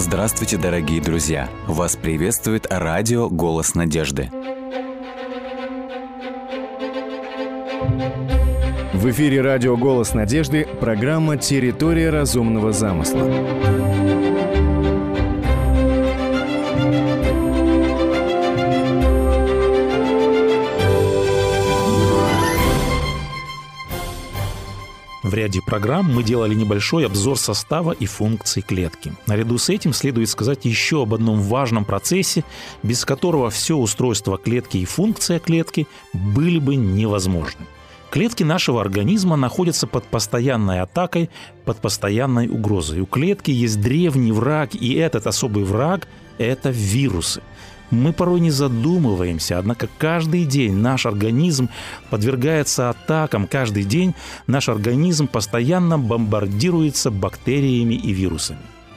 Здравствуйте, дорогие друзья! Вас приветствует радио «Голос надежды». В эфире радио «Голос надежды» программа «Территория разумного замысла». В ряде программ мы делали небольшой обзор состава и функций клетки. Наряду с этим следует сказать еще об одном важном процессе, без которого все устройство клетки и функция клетки были бы невозможны. Клетки нашего организма находятся под постоянной атакой, под постоянной угрозой. У клетки есть древний враг, и этот особый враг – это вирусы. Мы порой не задумываемся, однако каждый день наш организм подвергается атакам, каждый день наш организм постоянно бомбардируется бактериями и вирусами.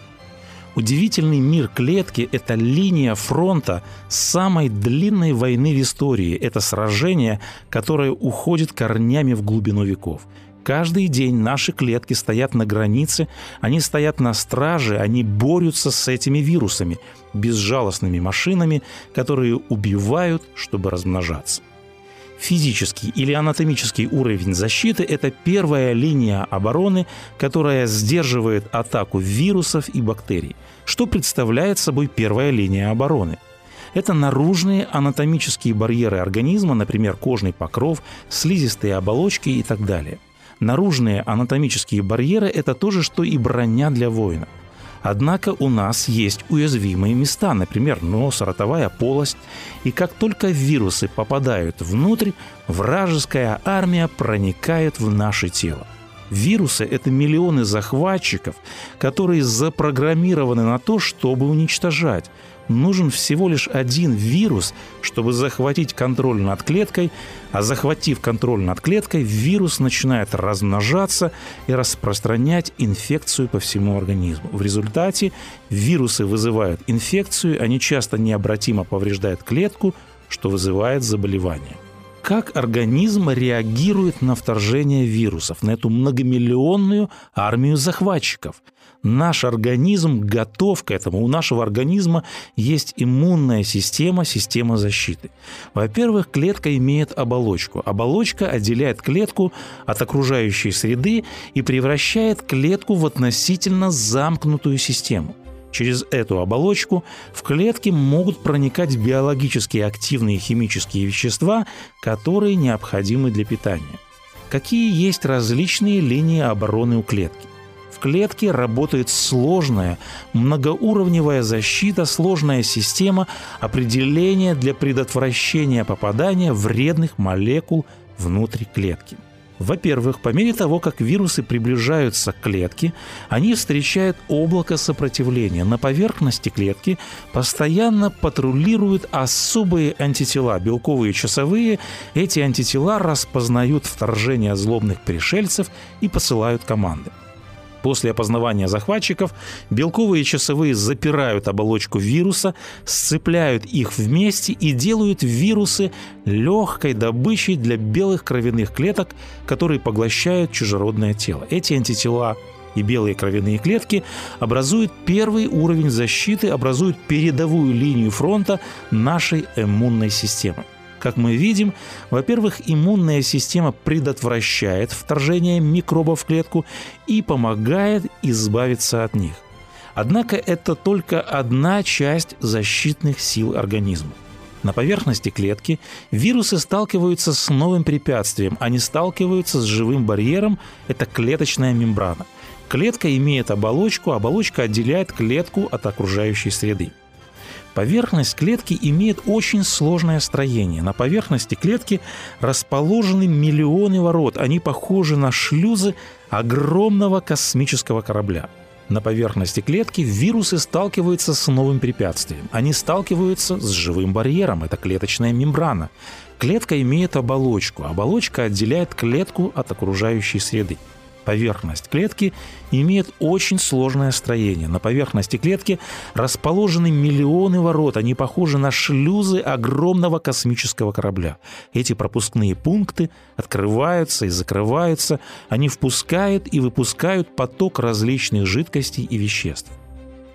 Удивительный мир клетки – это линия фронта самой длинной войны в истории. Это сражение, которое уходит корнями в глубину веков. Каждый день наши клетки стоят на границе, они стоят на страже, они борются с этими вирусами, безжалостными машинами, которые убивают, чтобы размножаться. Физический или анатомический уровень защиты – это первая линия обороны, которая сдерживает атаку вирусов и бактерий. Что представляет собой первая линия обороны? Это наружные анатомические барьеры организма, например, кожный покров, слизистые оболочки и так далее. Наружные анатомические барьеры – это то же, что и броня для воина. Однако у нас есть уязвимые места, например, нос, ротовая полость. И как только вирусы попадают внутрь, вражеская армия проникает в наше тело. Вирусы – это миллионы захватчиков, которые запрограммированы на то, чтобы уничтожать. Нужен всего лишь один вирус, чтобы захватить контроль над клеткой, а захватив контроль над клеткой, вирус начинает размножаться и распространять инфекцию по всему организму. В результате вирусы вызывают инфекцию, они часто необратимо повреждают клетку, что вызывает заболевание. Как организм реагирует на вторжение вирусов, на эту многомиллионную армию захватчиков? Наш организм готов к этому. У нашего организма есть иммунная система, система защиты. Во-первых, клетка имеет оболочку. Оболочка отделяет клетку от окружающей среды и превращает клетку в относительно замкнутую систему. Через эту оболочку в клетке могут проникать биологически активные химические вещества, которые необходимы для питания. Какие есть различные линии обороны у клетки? В клетке работает сложная, многоуровневая защита, сложная система определения для предотвращения попадания вредных молекул внутрь клетки. Во-первых, по мере того, как вирусы приближаются к клетке, они встречают облако сопротивления. На поверхности клетки постоянно патрулируют особые антитела, белковые часовые. Эти антитела распознают вторжение злобных пришельцев и посылают команды. После опознавания захватчиков белковые часовые запирают оболочку вируса, сцепляют их вместе и делают вирусы легкой добычей для белых кровяных клеток, которые поглощают чужеродное тело. Эти антитела и белые кровяные клетки образуют первый уровень защиты, образуют передовую линию фронта нашей иммунной системы. Как мы видим, во-первых, иммунная система предотвращает вторжение микробов в клетку и помогает избавиться от них. Однако это только одна часть защитных сил организма. На поверхности клетки вирусы сталкиваются с новым препятствием. Они сталкиваются с живым барьером – это клеточная мембрана. Клетка имеет оболочку, оболочка отделяет клетку от окружающей среды. Поверхность клетки имеет очень сложное строение. На поверхности клетки расположены миллионы ворот. Они похожи на шлюзы огромного космического корабля. На поверхности клетки вирусы сталкиваются с новым препятствием. Они сталкиваются с живым барьером. Это клеточная мембрана. Клетка имеет оболочку. Оболочка отделяет клетку от окружающей среды. Поверхность клетки имеет очень сложное строение. На поверхности клетки расположены миллионы ворот. Они похожи на шлюзы огромного космического корабля. Эти пропускные пункты открываются и закрываются. Они впускают и выпускают поток различных жидкостей и веществ.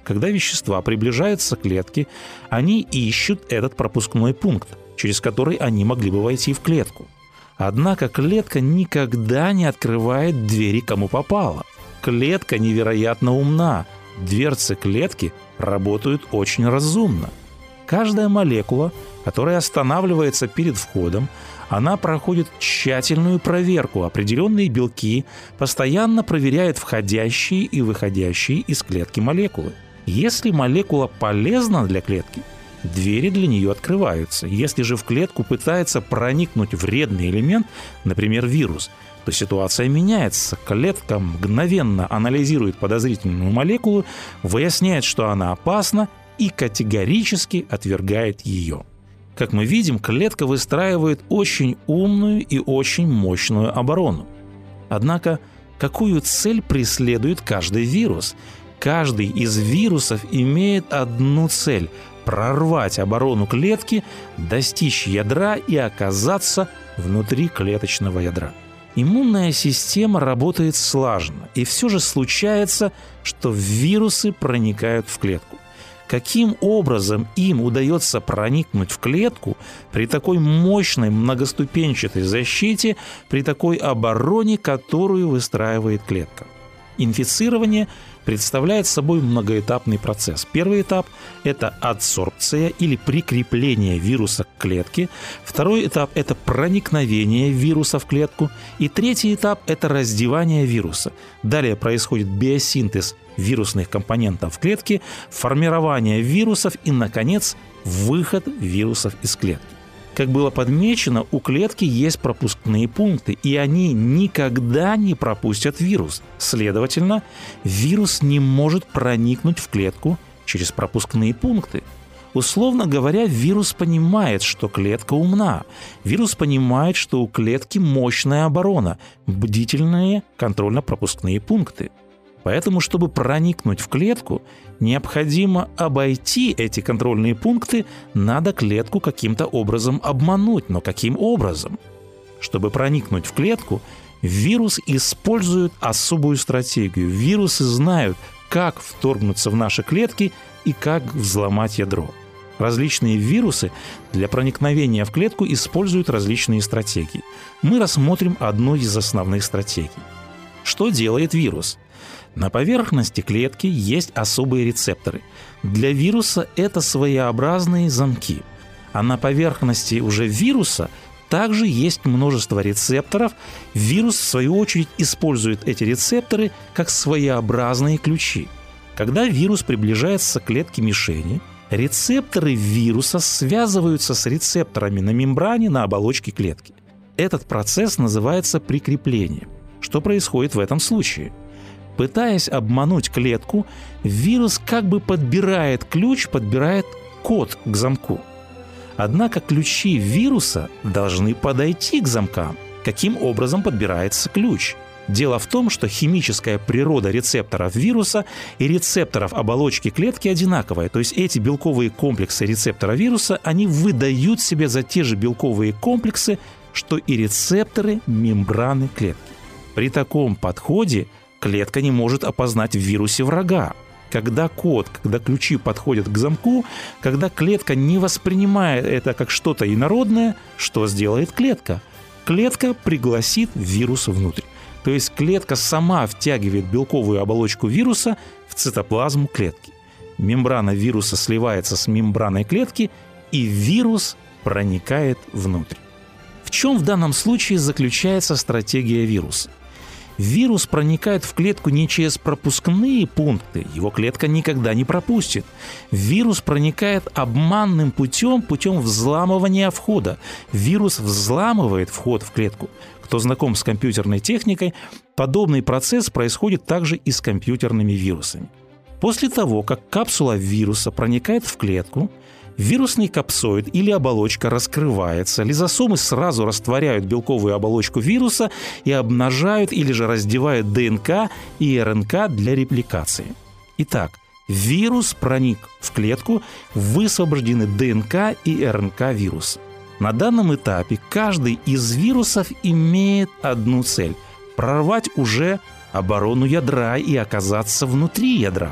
Когда вещества приближаются к клетке, они ищут этот пропускной пункт, через который они могли бы войти в клетку. Однако клетка никогда не открывает двери кому попало. Клетка невероятно умна. Дверцы клетки работают очень разумно. Каждая молекула, которая останавливается перед входом, она проходит тщательную проверку. Определенные белки постоянно проверяют входящие и выходящие из клетки молекулы. Если молекула полезна для клетки, двери для нее открываются. Если же в клетку пытается проникнуть вредный элемент, например, вирус, то ситуация меняется. Клетка мгновенно анализирует подозрительную молекулу, выясняет, что она опасна, и категорически отвергает ее. Как мы видим, клетка выстраивает очень умную и очень мощную оборону. Однако, какую цель преследует каждый вирус? Каждый из вирусов имеет одну цель – прорвать оборону клетки, достичь ядра и оказаться внутри клеточного ядра. Иммунная система работает слаженно, и все же случается, что вирусы проникают в клетку. Каким образом им удается проникнуть в клетку при такой мощной многоступенчатой защите, при такой обороне, которую выстраивает клетка? Инфицирование представляет собой многоэтапный процесс. Первый этап – это адсорбция или прикрепление вируса к клетке. Второй этап – это проникновение вируса в клетку. И третий этап – это раздевание вируса. Далее происходит биосинтез вирусных компонентов в клетке, формирование вирусов и, наконец, выход вирусов из клетки. Как было подмечено, у клетки есть пропускные пункты, и они никогда не пропустят вирус. Следовательно, вирус не может проникнуть в клетку через пропускные пункты. Условно говоря, вирус понимает, что клетка умна. Вирус понимает, что у клетки мощная оборона, бдительные контрольно-пропускные пункты. Поэтому, чтобы проникнуть в клетку, необходимо обойти эти контрольные пункты, надо клетку каким-то образом обмануть. Но каким образом? Чтобы проникнуть в клетку, вирус использует особую стратегию. Вирусы знают, как вторгнуться в наши клетки и как взломать ядро. Различные вирусы для проникновения в клетку используют различные стратегии. Мы рассмотрим одну из основных стратегий. Что делает вирус? На поверхности клетки есть особые рецепторы. Для вируса это своеобразные замки. А на поверхности уже вируса также есть множество рецепторов. Вирус, в свою очередь, использует эти рецепторы как своеобразные ключи. Когда вирус приближается к клетке мишени, рецепторы вируса связываются с рецепторами на мембране на оболочке клетки. Этот процесс называется прикреплением. Что происходит в этом случае? Пытаясь обмануть клетку, вирус как бы подбирает ключ, подбирает код к замку. Однако ключи вируса должны подойти к замкам. Каким образом подбирается ключ? Дело в том, что химическая природа рецепторов вируса и рецепторов оболочки клетки одинаковая. То есть эти белковые комплексы рецептора вируса, они выдают себя за те же белковые комплексы, что и рецепторы мембраны клетки. При таком подходе клетка не может опознать в вирусе врага. Когда ключи подходят к замку, когда клетка не воспринимает это как что-то инородное, что сделает клетка? Клетка пригласит вирус внутрь. То есть клетка сама втягивает белковую оболочку вируса в цитоплазму клетки. Мембрана вируса сливается с мембраной клетки, и вирус проникает внутрь. В чем в данном случае заключается стратегия вируса? Вирус проникает в клетку не через пропускные пункты, его клетка никогда не пропустит. Вирус проникает обманным путем взламывания входа. Вирус взламывает вход в клетку. Кто знаком с компьютерной техникой, подобный процесс происходит также и с компьютерными вирусами. После того, как капсула вируса проникает в клетку, вирусный капсоид или оболочка раскрывается, лизосомы сразу растворяют белковую оболочку вируса и обнажают или же раздевают ДНК и РНК для репликации. Итак, вирус проник в клетку, высвобождены ДНК и РНК вируса. На данном этапе каждый из вирусов имеет одну цель – прорвать уже оборону ядра и оказаться внутри ядра.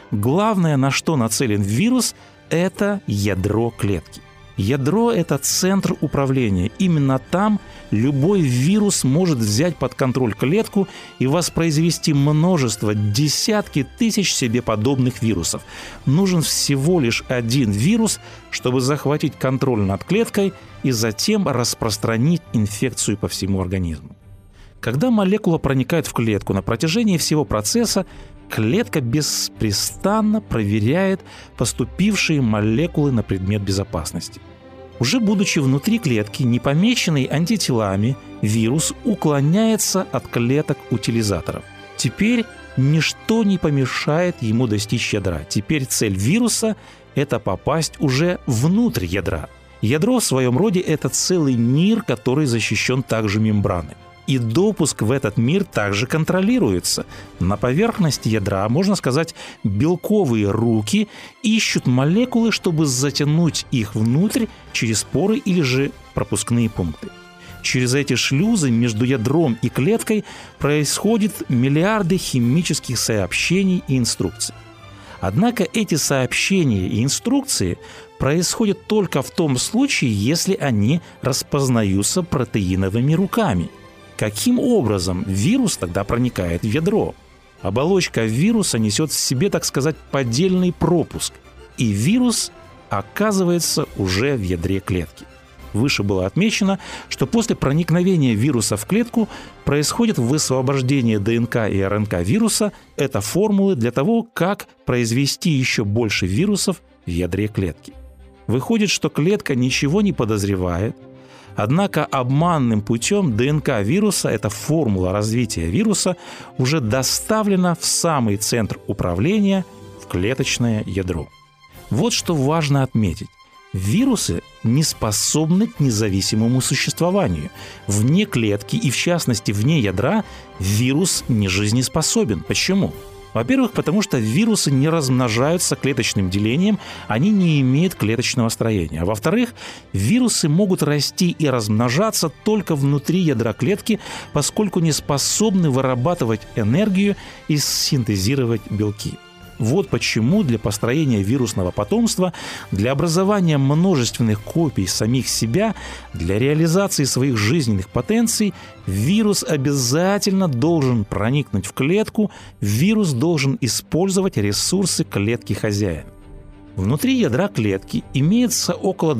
Главное, на что нацелен вирус, это ядро клетки. Ядро – это центр управления. Именно там любой вирус может взять под контроль клетку и воспроизвести множество, десятки тысяч себе подобных вирусов. Нужен всего лишь один вирус, чтобы захватить контроль над клеткой и затем распространить инфекцию по всему организму. Когда молекула проникает в клетку, на протяжении всего процесса клетка беспрестанно проверяет поступившие молекулы на предмет безопасности. Уже будучи внутри клетки, не помеченный антителами, вирус уклоняется от клеток-утилизаторов. Теперь ничто не помешает ему достичь ядра. Теперь цель вируса – это попасть уже внутрь ядра. Ядро в своем роде – это целый мир, который защищен также мембраной. И допуск в этот мир также контролируется. На поверхности ядра, можно сказать, белковые руки ищут молекулы, чтобы затянуть их внутрь через поры или же пропускные пункты. Через эти шлюзы между ядром и клеткой происходят миллиарды химических сообщений и инструкций. Однако эти сообщения и инструкции происходят только в том случае, если они распознаются протеиновыми руками. Каким образом вирус тогда проникает в ядро? Оболочка вируса несет в себе, так сказать, поддельный пропуск, и вирус оказывается уже в ядре клетки. Выше было отмечено, что после проникновения вируса в клетку происходит высвобождение ДНК и РНК вируса. Это формулы для того, как произвести еще больше вирусов в ядре клетки. Выходит, что клетка ничего не подозревает, однако обманным путем ДНК вируса, эта формула развития вируса, уже доставлена в самый центр управления, в клеточное ядро. Вот что важно отметить. Вирусы не способны к независимому существованию. Вне клетки и, в частности, вне ядра вирус не жизнеспособен. Почему? Во-первых, потому что вирусы не размножаются клеточным делением, они не имеют клеточного строения. А во-вторых, вирусы могут расти и размножаться только внутри ядра клетки, поскольку не способны вырабатывать энергию и синтезировать белки. Вот почему для построения вирусного потомства, для образования множественных копий самих себя, для реализации своих жизненных потенций вирус обязательно должен проникнуть в клетку, вирус должен использовать ресурсы клетки хозяина. Внутри ядра клетки имеется около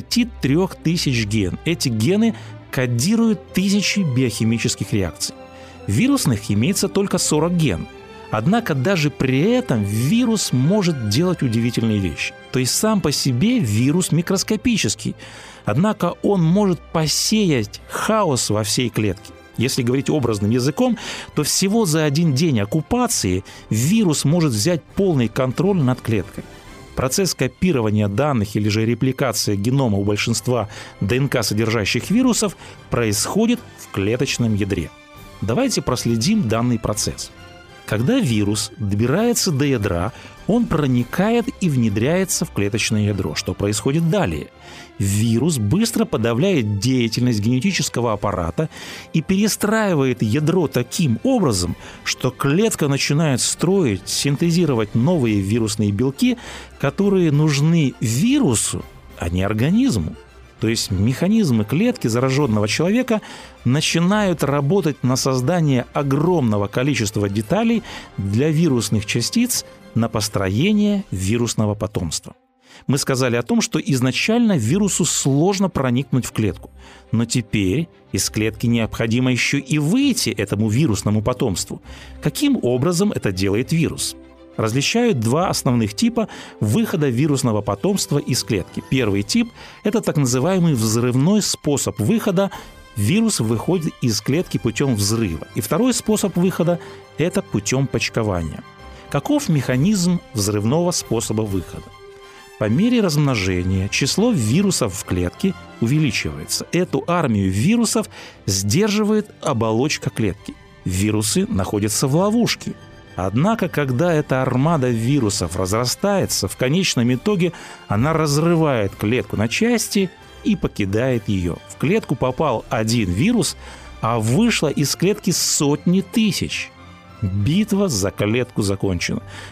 23 тысяч ген. Эти гены кодируют тысячи биохимических реакций. Вирусных имеется только 40 ген. Однако даже при этом вирус может делать удивительные вещи. То есть сам по себе вирус микроскопический, однако он может посеять хаос во всей клетке. Если говорить образным языком, то всего за один день оккупации вирус может взять полный контроль над клеткой. Процесс копирования данных или же репликация генома у большинства ДНК содержащих вирусов происходит в клеточном ядре. Давайте проследим данный процесс. Когда вирус добирается до ядра, он проникает и внедряется в клеточное ядро. Что происходит далее? Вирус быстро подавляет деятельность генетического аппарата и перестраивает ядро таким образом, что клетка начинает строить, синтезировать новые вирусные белки, которые нужны вирусу, а не организму. То есть механизмы клетки зараженного человека начинают работать на создание огромного количества деталей для вирусных частиц на построение вирусного потомства. Мы сказали о том, что изначально вирусу сложно проникнуть в клетку, но теперь из клетки необходимо еще и выйти этому вирусному потомству. Каким образом это делает вирус? Различают два основных типа выхода вирусного потомства из клетки. Первый тип – это так называемый взрывной способ выхода. Вирус выходит из клетки путем взрыва. И второй способ выхода – это путем почкования. Каков механизм взрывного способа выхода? По мере размножения число вирусов в клетке увеличивается. Эту армию вирусов сдерживает оболочка клетки. Вирусы находятся в ловушке. Однако, когда эта армада вирусов разрастается, в конечном итоге она разрывает клетку на части и покидает ее. В клетку попал один вирус, а вышло из клетки сотни тысяч. Битва за клетку закончена.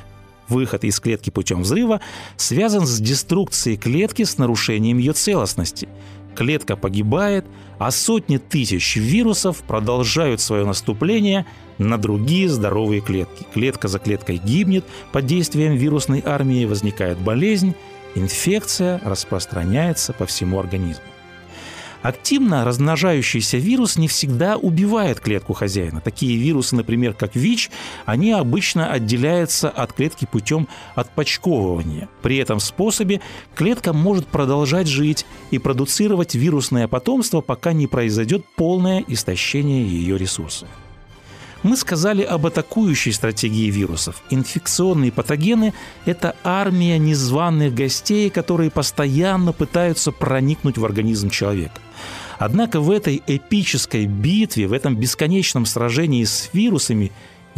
выход из клетки путем взрыва связан с деструкцией клетки с нарушением ее целостности. Клетка погибает, а сотни тысяч вирусов продолжают свое наступление на другие здоровые клетки. Клетка за клеткой гибнет под действием вирусной армии, возникает болезнь, инфекция распространяется по всему организму. Активно размножающийся вирус не всегда убивает клетку хозяина. Такие вирусы, например, как ВИЧ, они обычно отделяются от клетки путем отпочковывания. При этом способе клетка может продолжать жить и продуцировать вирусное потомство, пока не произойдет полное истощение ее ресурсов. Мы сказали об атакующей стратегии вирусов. Инфекционные патогены – это армия незваных гостей, которые постоянно пытаются проникнуть в организм человека. Однако в этой эпической битве, в этом бесконечном сражении с вирусами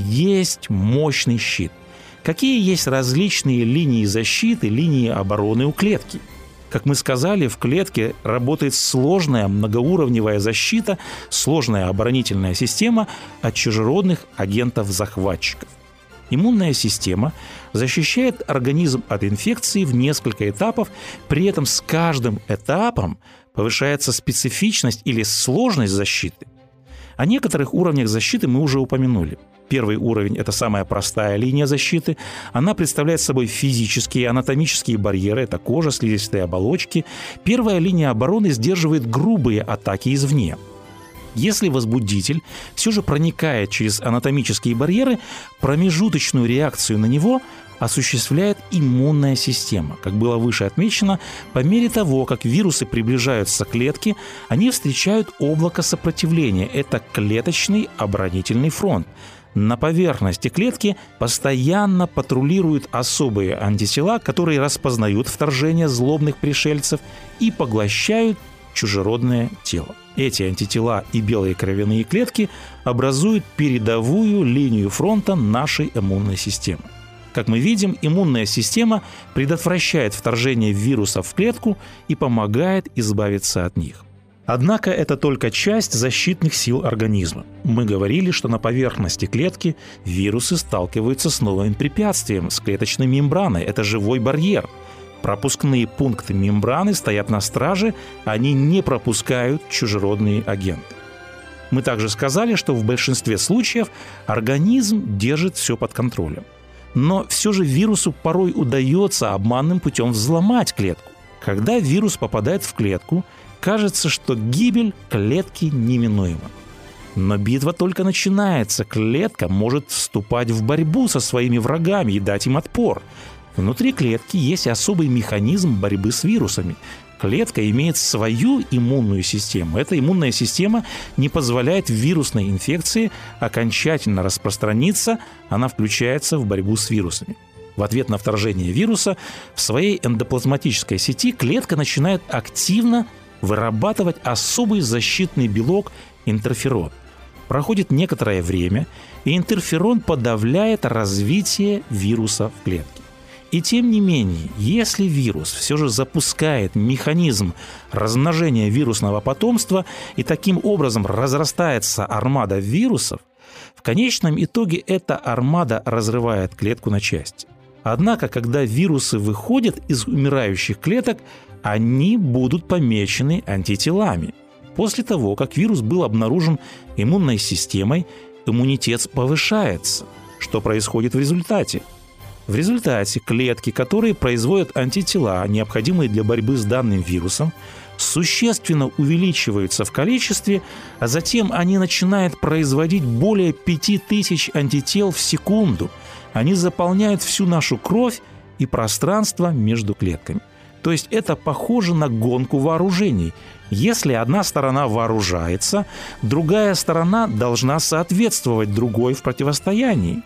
есть мощный щит. Какие есть различные линии защиты, линии обороны у клетки? Как мы сказали, в клетке работает сложная многоуровневая защита, сложная оборонительная система от чужеродных агентов-захватчиков. Иммунная система защищает организм от инфекции в несколько этапов, при этом с каждым этапом повышается специфичность или сложность защиты. О некоторых уровнях защиты мы уже упомянули. Первый уровень – это самая простая линия защиты. Она представляет собой физические, анатомические барьеры – это кожа, слизистые оболочки. Первая линия обороны сдерживает грубые атаки извне. Если возбудитель все же проникает через анатомические барьеры, промежуточную реакцию на него осуществляет иммунная система. Как было выше отмечено, по мере того, как вирусы приближаются к клетке, они встречают облако сопротивления. Это клеточный оборонительный фронт. На поверхности клетки постоянно патрулируют особые антитела, которые распознают вторжение злобных пришельцев и поглощают чужеродное тело. Эти антитела и белые кровяные клетки образуют передовую линию фронта нашей иммунной системы. Как мы видим, иммунная система предотвращает вторжение вирусов в клетку и помогает избавиться от них. Однако это только часть защитных сил организма. Мы говорили, что на поверхности клетки вирусы сталкиваются с новым препятствием, с клеточной мембраной. Это живой барьер. Пропускные пункты мембраны стоят на страже, они не пропускают чужеродные агенты. Мы также сказали, что в большинстве случаев организм держит все под контролем. Но все же вирусу порой удается обманным путем взломать клетку. Когда вирус попадает в клетку, кажется, что гибель клетки неминуема. Но битва только начинается. Клетка может вступать в борьбу со своими врагами и дать им отпор. Внутри клетки есть особый механизм борьбы с вирусами. Клетка имеет свою иммунную систему. Эта иммунная система не позволяет вирусной инфекции окончательно распространиться, она включается в борьбу с вирусами. В ответ на вторжение вируса в своей эндоплазматической сети клетка начинает активно вырабатывать особый защитный белок интерферон. Проходит некоторое время, и интерферон подавляет развитие вируса в клетке. И тем не менее, если вирус все же запускает механизм размножения вирусного потомства и таким образом разрастается армада вирусов, в конечном итоге эта армада разрывает клетку на части. Однако, когда вирусы выходят из умирающих клеток, они будут помечены антителами. После того, как вирус был обнаружен иммунной системой, иммунитет повышается. Что происходит в результате? В результате клетки, которые производят антитела, необходимые для борьбы с данным вирусом, существенно увеличиваются в количестве, а затем они начинают производить более 5000 антител в секунду. Они заполняют всю нашу кровь и пространство между клетками. То есть это похоже на гонку вооружений. Если одна сторона вооружается, другая сторона должна соответствовать другой в противостоянии.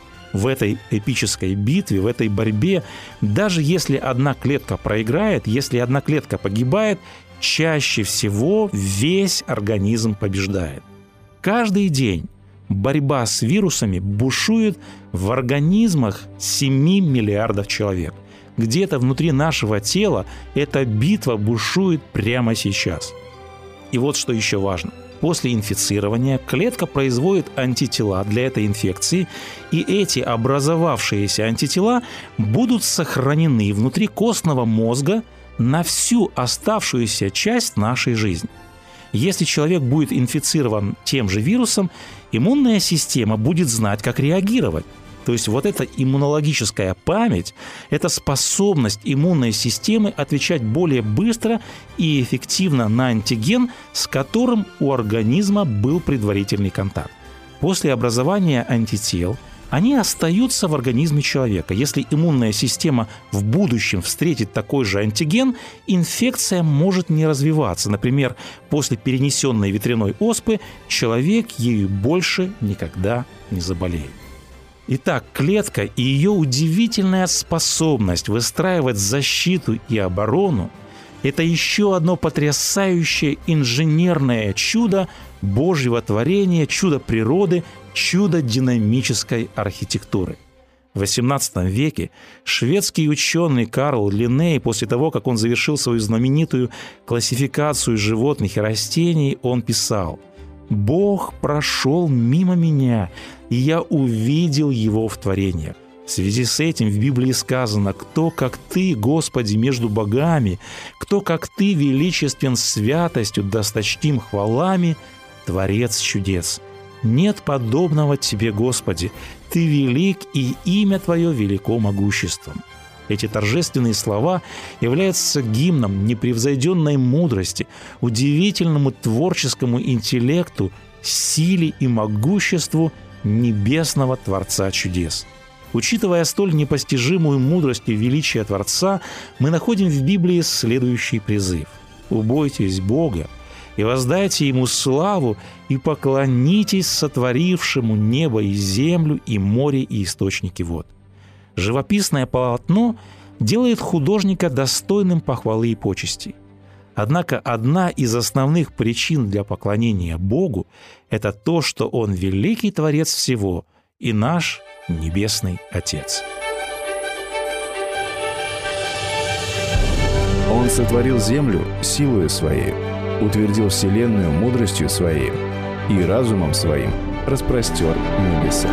В этой эпической битве, в этой борьбе, даже если одна клетка проиграет, если одна клетка погибает, чаще всего весь организм побеждает. Каждый день борьба с вирусами бушует в организмах 7 миллиардов человек. Где-то внутри нашего тела эта битва бушует прямо сейчас. И вот что еще важно. После инфицирования клетка производит антитела для этой инфекции, и эти образовавшиеся антитела будут сохранены внутри костного мозга на всю оставшуюся часть нашей жизни. Если человек будет инфицирован тем же вирусом, иммунная система будет знать, как реагировать. То есть вот эта иммунологическая память – это способность иммунной системы отвечать более быстро и эффективно на антиген, с которым у организма был предварительный контакт. После образования антител они остаются в организме человека. Если иммунная система в будущем встретит такой же антиген, инфекция может не развиваться. Например, после перенесенной ветряной оспы человек ею больше никогда не заболеет. Итак, клетка и ее удивительная способность выстраивать защиту и оборону – это еще одно потрясающее инженерное чудо Божьего творения, чудо природы, чудо динамической архитектуры. В XVIII веке шведский ученый Карл Линней, после того, как он завершил свою знаменитую классификацию животных и растений, он писал: «Бог прошел мимо меня, и я увидел Его в творениях. В связи с этим в Библии сказано: «Кто, как Ты, Господи, между богами, кто, как Ты, величествен святостью, досточтим хвалами, Творец чудес. Нет подобного Тебе, Господи, Ты велик, и имя Твое велико могуществом». Эти торжественные слова являются гимном непревзойденной мудрости, удивительному творческому интеллекту, силе и могуществу небесного Творца чудес. Учитывая столь непостижимую мудрость и величие Творца, мы находим в Библии следующий призыв: «Убойтесь Бога и воздайте Ему славу, и поклонитесь сотворившему небо и землю, и море, и источники вод». Живописное полотно делает художника достойным похвалы и почестей. Однако одна из основных причин для поклонения Богу – это то, что Он великий Творец всего и наш Небесный Отец. Он сотворил землю силою Своей, утвердил вселенную мудростью Своей и разумом Своим распростер небеса.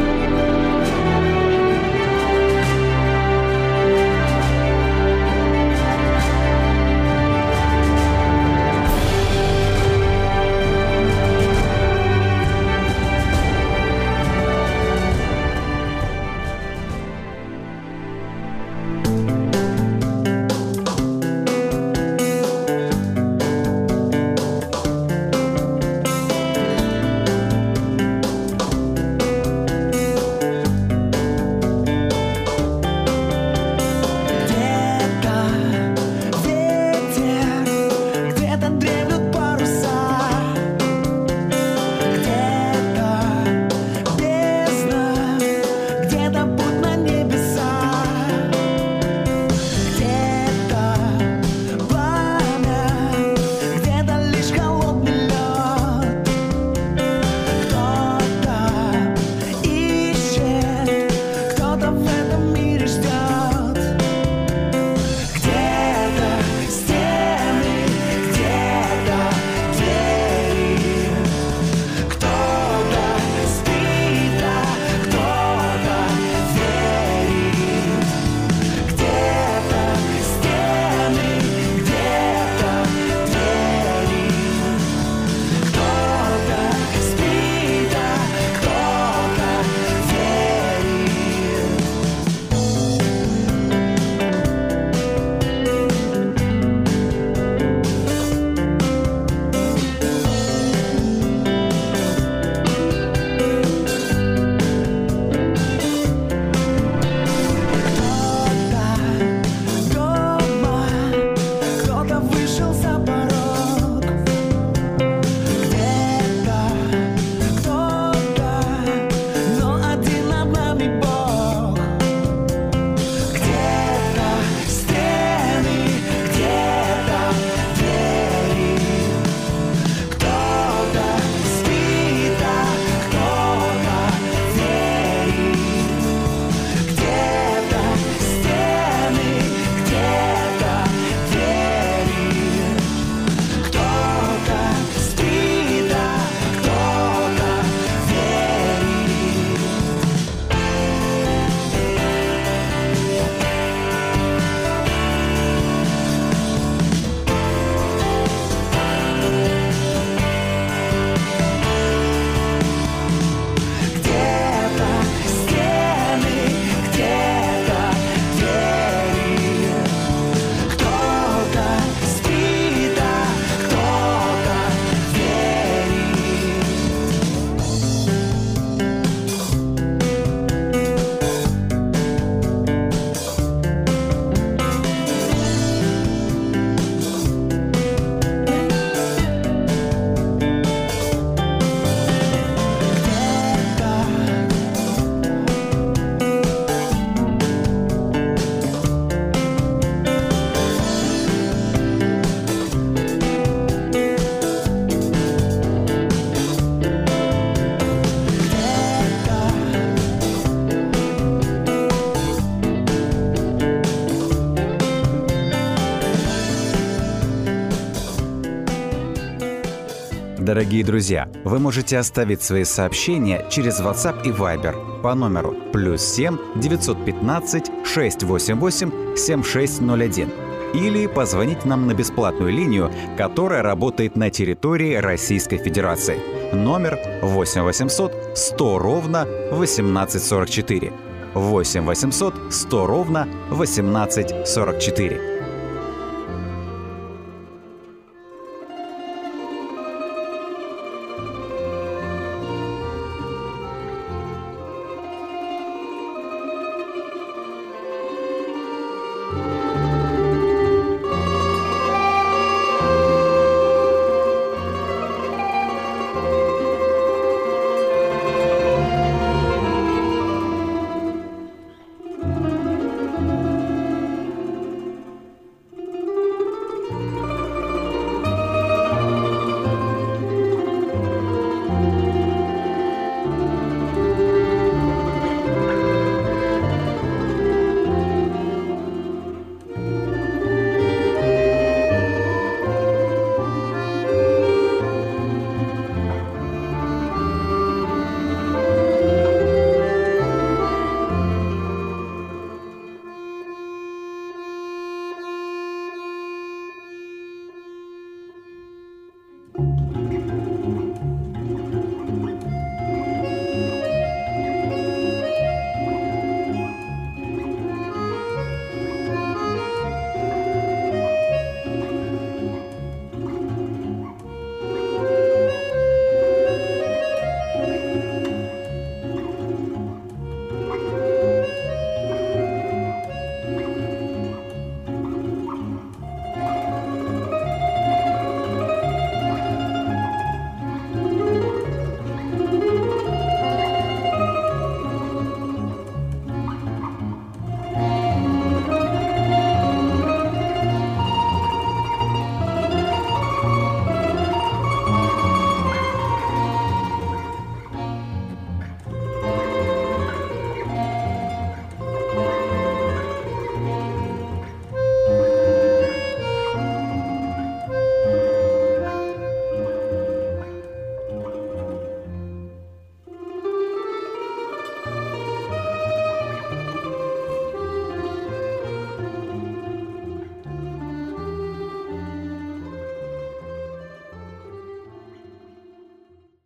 Дорогие друзья, вы можете оставить свои сообщения через WhatsApp и Viber по номеру +7 915 688 7601 или позвонить нам на бесплатную линию, которая работает на территории Российской Федерации. Номер 8 800 100 ровно 1844. 8 800 100 ровно 1844.